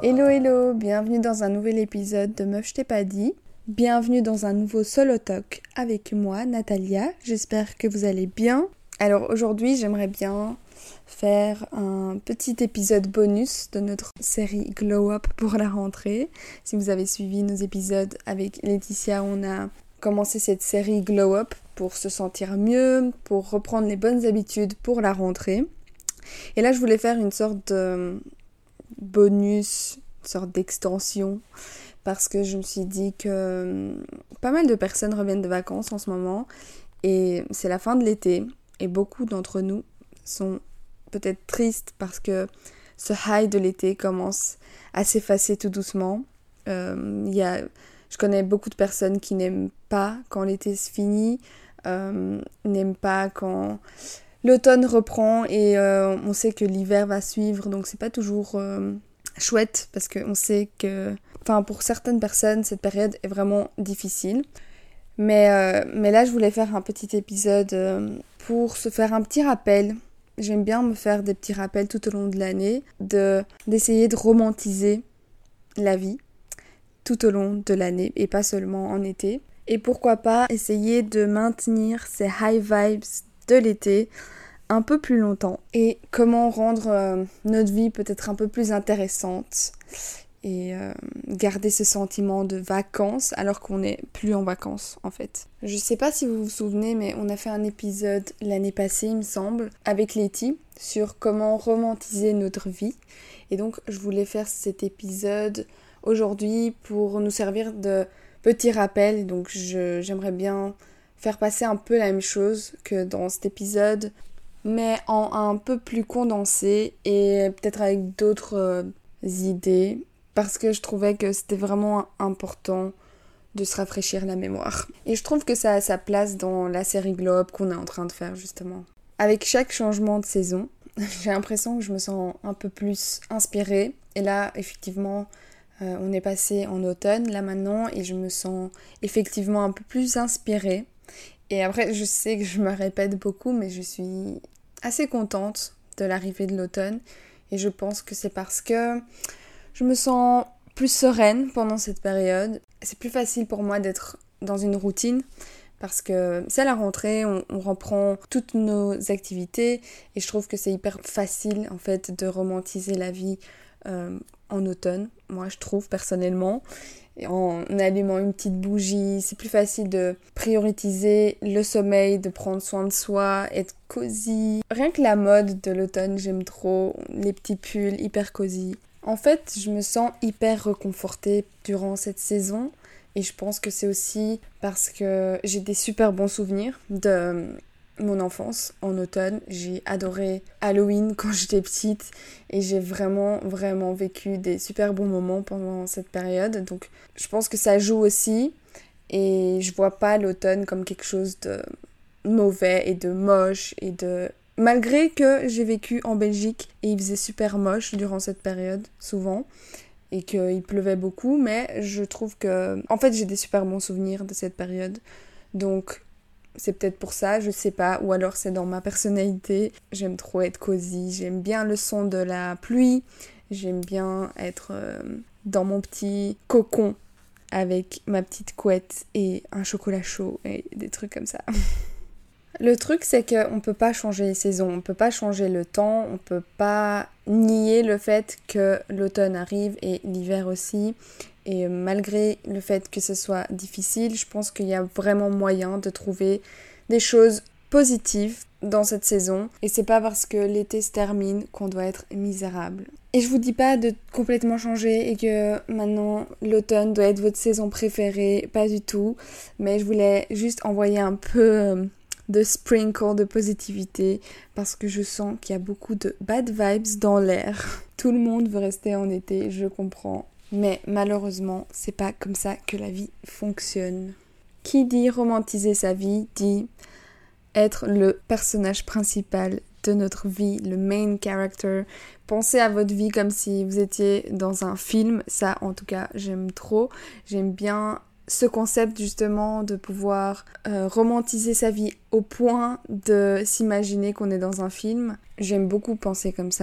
Hello hello, bienvenue dans un nouvel épisode de Meuf je t'ai pas dit. Bienvenue dans un nouveau solo talk avec moi, Natalia. J'espère que vous allez bien. Alors aujourd'hui, j'aimerais bien faire un petit épisode bonus de notre série Glow Up pour la rentrée. Si vous avez suivi nos épisodes avec Laetitia, on a commencé cette série Glow Up pour se sentir mieux, pour reprendre les bonnes habitudes pour la rentrée. Et là, je voulais faire une sorte de bonus, une sorte d'extension, parce que je me suis dit que pas mal de personnes reviennent de vacances en ce moment, et c'est la fin de l'été, et beaucoup d'entre nous sont peut-être tristes parce que ce high de l'été commence à s'effacer tout doucement. Je connais beaucoup de personnes qui n'aiment pas quand l'été se finit, n'aiment pas quand l'automne reprend et on sait que l'hiver va suivre, donc c'est pas toujours chouette parce qu'on sait que, pour certaines personnes, cette période est vraiment difficile. Mais là, je voulais faire un petit épisode pour se faire un petit rappel. J'aime bien me faire des petits rappels tout au long de l'année, d'essayer de romantiser la vie tout au long de l'année et pas seulement en été. Et pourquoi pas essayer de maintenir ces high vibes de l'été un peu plus longtemps. Et comment rendre notre vie peut-être un peu plus intéressante et garder ce sentiment de vacances alors qu'on n'est plus en vacances en fait. Je sais pas si vous vous souvenez, mais on a fait un épisode l'année passée, il me semble, avec Letty sur comment romantiser notre vie. Et donc je voulais faire cet épisode aujourd'hui pour nous servir de petit rappel. Donc j'aimerais bien faire passer un peu la même chose que dans cet épisode, mais en un peu plus condensé et peut-être avec d'autres idées, parce que je trouvais que c'était vraiment important de se rafraîchir la mémoire. Et je trouve que ça a sa place dans la série Glow Up qu'on est en train de faire justement. Avec chaque changement de saison, j'ai l'impression que je me sens un peu plus inspirée. Et là, effectivement, on est passé en automne, là maintenant, et je me sens effectivement un peu plus inspirée. Et après, je sais que je me répète beaucoup, mais je suis assez contente de l'arrivée de l'automne. Et je pense que c'est parce que je me sens plus sereine pendant cette période. C'est plus facile pour moi d'être dans une routine parce que c'est la rentrée, on reprend toutes nos activités et je trouve que c'est hyper facile en fait de romantiser la vie en automne, moi je trouve personnellement. Et en allumant une petite bougie, c'est plus facile de prioriser le sommeil, de prendre soin de soi, être cosy. Rien que la mode de l'automne, j'aime trop, les petits pulls hyper cosy. En fait, je me sens hyper réconfortée durant cette saison et je pense que c'est aussi parce que j'ai des super bons souvenirs de mon enfance en automne. J'ai adoré Halloween quand j'étais petite et j'ai vraiment vécu des super bons moments pendant cette période. Donc je pense que ça joue aussi et je vois pas l'automne comme quelque chose de mauvais et de moche et de... Malgré que j'ai vécu en Belgique et il faisait super moche durant cette période, souvent, et qu'il pleuvait beaucoup, mais je trouve que... En fait, j'ai des super bons souvenirs de cette période, donc c'est peut-être pour ça, je sais pas, ou alors c'est dans ma personnalité. J'aime trop être cosy, j'aime bien le son de la pluie, j'aime bien être dans mon petit cocon avec ma petite couette et un chocolat chaud et des trucs comme ça. Le truc, c'est qu'on peut pas changer les saisons, on peut pas changer le temps, on peut pas nier le fait que l'automne arrive et l'hiver aussi. Et malgré le fait que ce soit difficile, je pense qu'il y a vraiment moyen de trouver des choses positives dans cette saison. Et c'est pas parce que l'été se termine qu'on doit être misérable. Et je vous dis pas de complètement changer et que maintenant l'automne doit être votre saison préférée, pas du tout. Mais je voulais juste envoyer un peu... de sprinkle de positivité parce que je sens qu'il y a beaucoup de bad vibes dans l'air. Tout le monde veut rester en été, je comprends. Mais malheureusement, c'est pas comme ça que la vie fonctionne. Qui dit romantiser sa vie dit être le personnage principal de notre vie, le main character. Pensez à votre vie comme si vous étiez dans un film. Ça, en tout cas, j'aime trop. J'aime bien ce concept justement de pouvoir romantiser sa vie au point de s'imaginer qu'on est dans un film. J'aime beaucoup penser comme ça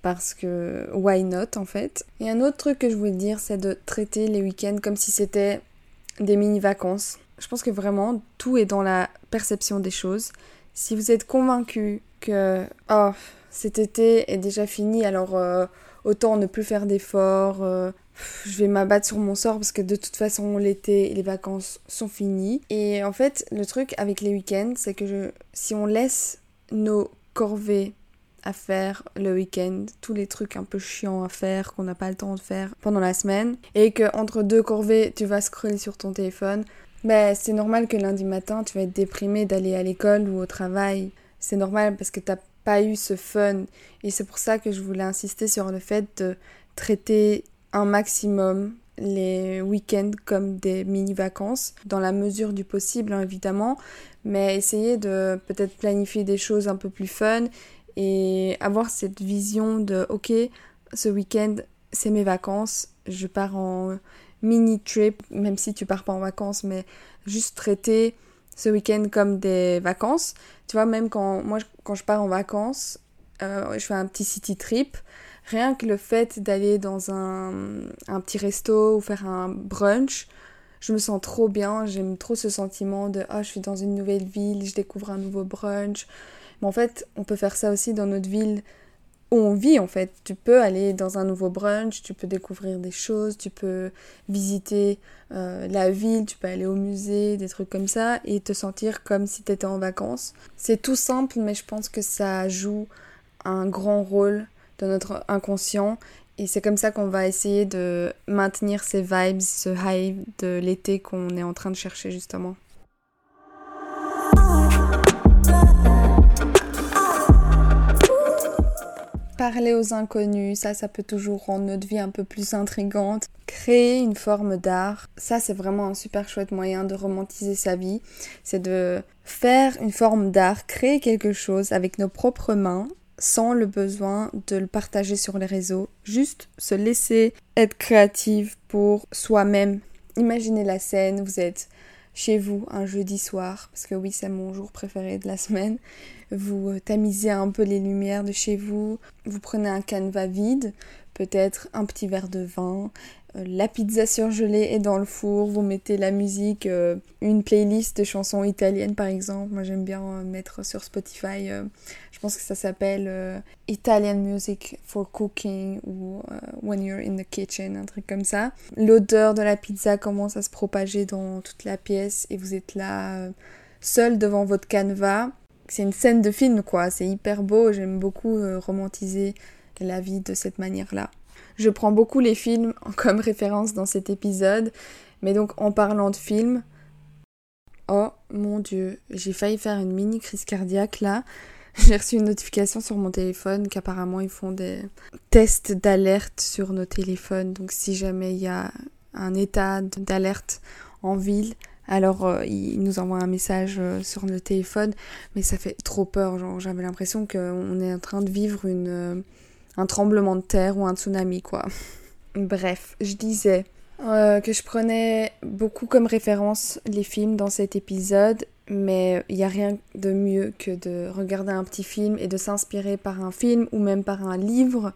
parce que why not en fait. Et un autre truc que je voulais dire, c'est de traiter les week-ends comme si c'était des mini-vacances. Je pense que vraiment, tout est dans la perception des choses. Si vous êtes convaincu que cet été est déjà fini, alors autant ne plus faire d'efforts, je vais m'abattre sur mon sort parce que de toute façon l'été et les vacances sont finis. Et en fait, le truc avec les week-ends, c'est que si on laisse nos corvées à faire le week-end, tous les trucs un peu chiants à faire qu'on n'a pas le temps de faire pendant la semaine, et que entre deux corvées tu vas scroller sur ton téléphone, c'est normal que lundi matin tu vas être déprimé d'aller à l'école ou au travail. C'est normal parce que t'as pas eu ce fun, et c'est pour ça que je voulais insister sur le fait de traiter un maximum les week-ends comme des mini-vacances, dans la mesure du possible évidemment, mais essayer de peut-être planifier des choses un peu plus fun et avoir cette vision de ok, ce week-end c'est mes vacances, je pars en mini-trip, même si tu pars pas en vacances, mais juste traiter ce week-end comme des vacances. Tu vois, même quand je pars en vacances, je fais un petit city trip, rien que le fait d'aller dans un petit resto ou faire un brunch, je me sens trop bien, j'aime trop ce sentiment de je suis dans une nouvelle ville, je découvre un nouveau brunch. Mais en fait, on peut faire ça aussi dans notre ville où on vit en fait. Tu peux aller dans un nouveau brunch, tu peux découvrir des choses, tu peux visiter la ville, tu peux aller au musée, des trucs comme ça, et te sentir comme si tu étais en vacances. C'est tout simple, mais je pense que ça joue un grand rôle dans notre inconscient, et c'est comme ça qu'on va essayer de maintenir ces vibes, ce hype de l'été qu'on est en train de chercher justement. Parler aux inconnus, ça peut toujours rendre notre vie un peu plus intrigante. Créer une forme d'art, ça c'est vraiment un super chouette moyen de romantiser sa vie. C'est de faire une forme d'art, créer quelque chose avec nos propres mains, sans le besoin de le partager sur les réseaux. Juste se laisser être créative pour soi-même. Imaginez la scène, vous êtes chez vous un jeudi soir, parce que oui, c'est mon jour préféré de la semaine. Vous tamisez un peu les lumières de chez vous, vous prenez un canevas vide, peut-être un petit verre de vin, la pizza surgelée est dans le four, vous mettez la musique, une playlist de chansons italiennes par exemple. Moi j'aime bien mettre sur Spotify, je pense que ça s'appelle Italian Music for Cooking ou When You're in the Kitchen, un truc comme ça. L'odeur de la pizza commence à se propager dans toute la pièce et vous êtes là seul devant votre canevas. C'est une scène de film quoi, c'est hyper beau, j'aime beaucoup romantiser la vie de cette manière-là. Je prends beaucoup les films comme référence dans cet épisode, mais donc en parlant de films, oh mon dieu, j'ai failli faire une mini crise cardiaque là. J'ai reçu une notification sur mon téléphone qu'apparemment ils font des tests d'alerte sur nos téléphones, donc si jamais il y a un état d'alerte en ville, alors ils nous envoient un message sur le téléphone, mais ça fait trop peur, genre j'avais l'impression qu'on est en train de vivre un tremblement de terre ou un tsunami quoi. Bref, je disais que je prenais beaucoup comme référence les films dans cet épisode, mais il n'y a rien de mieux que de regarder un petit film et de s'inspirer par un film ou même par un livre.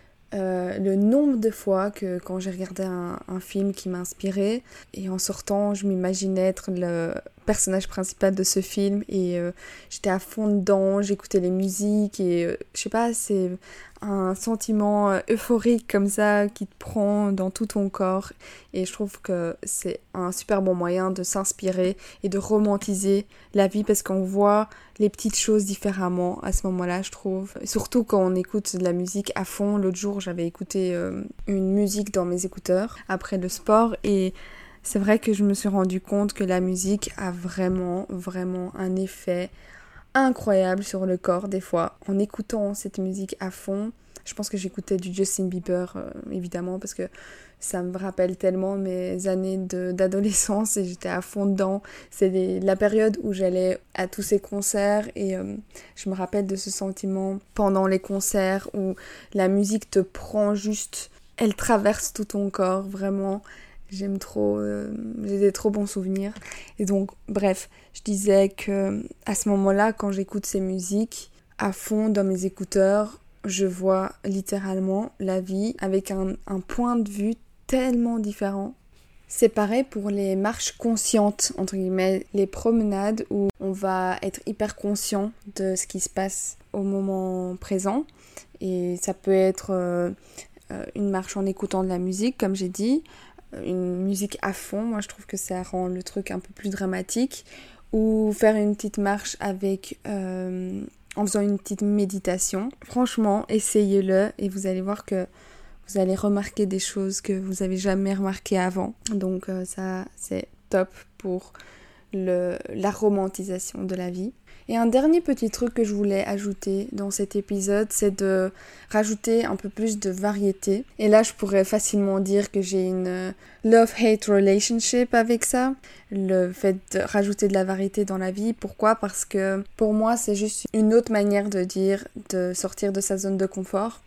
Le nombre de fois que quand j'ai regardé un film qui m'a inspirée, et en sortant je m'imaginais être le personnage principal de ce film et j'étais à fond dedans, j'écoutais les musiques et je sais pas, c'est un sentiment euphorique comme ça qui te prend dans tout ton corps, et je trouve que c'est un super bon moyen de s'inspirer et de romantiser la vie parce qu'on voit les petites choses différemment à ce moment-là, je trouve. Surtout quand on écoute de la musique à fond. L'autre jour, j'avais écouté une musique dans mes écouteurs après le sport et c'est vrai que je me suis rendu compte que la musique a vraiment, vraiment un effet incroyable sur le corps des fois. En écoutant cette musique à fond, je pense que j'écoutais du Justin Bieber évidemment parce que ça me rappelle tellement mes années d'adolescence et j'étais à fond dedans. C'est la période où j'allais à tous ces concerts et je me rappelle de ce sentiment pendant les concerts où la musique te prend juste, elle traverse tout ton corps, vraiment. J'aime trop, j'ai des trop bons souvenirs. Et donc, bref, je disais que à ce moment-là, quand j'écoute ces musiques à fond dans mes écouteurs, je vois littéralement la vie avec un point de vue tellement différent. C'est pareil pour les marches conscientes, entre guillemets, les promenades où on va être hyper conscient de ce qui se passe au moment présent. Et ça peut être une marche en écoutant de la musique, comme j'ai dit, une musique à fond, moi je trouve que ça rend le truc un peu plus dramatique, ou faire une petite marche avec... en faisant une petite méditation. Franchement, essayez-le et vous allez voir que vous allez remarquer des choses que vous n'avez jamais remarquées avant. Donc ça, c'est top pour la romantisation de la vie. Et un dernier petit truc que je voulais ajouter dans cet épisode, c'est de rajouter un peu plus de variété. Et là, je pourrais facilement dire que j'ai une love-hate relationship avec ça. Le fait de rajouter de la variété dans la vie. Pourquoi ? Parce que pour moi, c'est juste une autre manière de dire de sortir de sa zone de confort.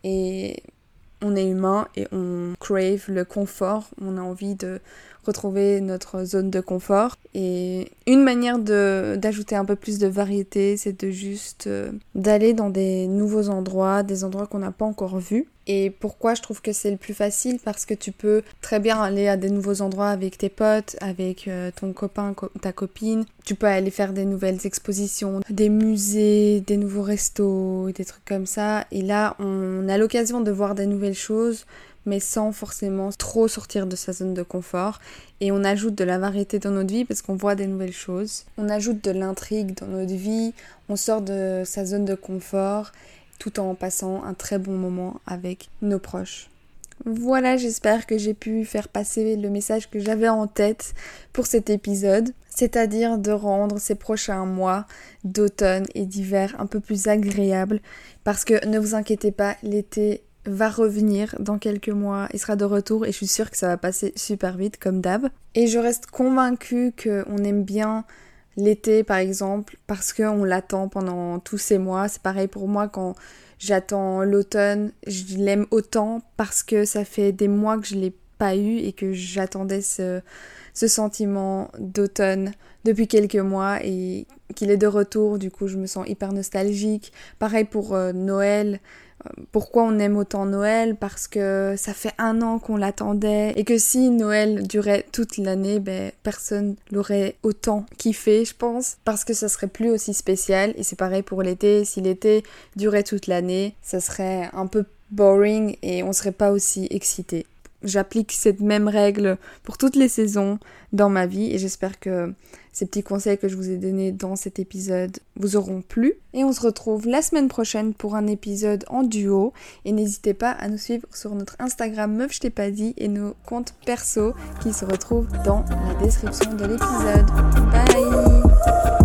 Et on est humain et on crave le confort. On a envie de retrouver notre zone de confort. Et une manière d'ajouter un peu plus de variété, c'est de juste d'aller dans des nouveaux endroits, des endroits qu'on n'a pas encore vus. Et pourquoi je trouve que c'est le plus facile ? Parce que tu peux très bien aller à des nouveaux endroits avec tes potes, avec ton copain, ta copine. Tu peux aller faire des nouvelles expositions, des musées, des nouveaux restos, des trucs comme ça. Et là, on a l'occasion de voir des nouvelles choses, mais sans forcément trop sortir de sa zone de confort. Et on ajoute de la variété dans notre vie parce qu'on voit des nouvelles choses. On ajoute de l'intrigue dans notre vie, on sort de sa zone de confort, tout en passant un très bon moment avec nos proches. Voilà, j'espère que j'ai pu faire passer le message que j'avais en tête pour cet épisode, c'est-à-dire de rendre ces prochains mois d'automne et d'hiver un peu plus agréables, parce que ne vous inquiétez pas, l'été va revenir dans quelques mois, il sera de retour et je suis sûre que ça va passer super vite comme d'hab. Et je reste convaincue qu'on aime bien l'été par exemple parce qu'on l'attend pendant tous ces mois. C'est pareil pour moi quand j'attends l'automne, je l'aime autant parce que ça fait des mois que je l'ai pas eu et que j'attendais ce sentiment d'automne depuis quelques mois et qu'il est de retour. Du coup je me sens hyper nostalgique. Pareil pour Noël. Pourquoi on aime autant Noël ? Parce que ça fait 1 an qu'on l'attendait et que si Noël durait toute l'année, personne l'aurait autant kiffé, je pense, parce que ça serait plus aussi spécial. Et c'est pareil pour l'été, si l'été durait toute l'année, ça serait un peu boring et on serait pas aussi excité. J'applique cette même règle pour toutes les saisons dans ma vie et j'espère que ces petits conseils que je vous ai donnés dans cet épisode vous auront plu. Et on se retrouve la semaine prochaine pour un épisode en duo. Et n'hésitez pas à nous suivre sur notre Instagram Meuf je t'ai pas dit et nos comptes perso qui se retrouvent dans la description de l'épisode. Bye!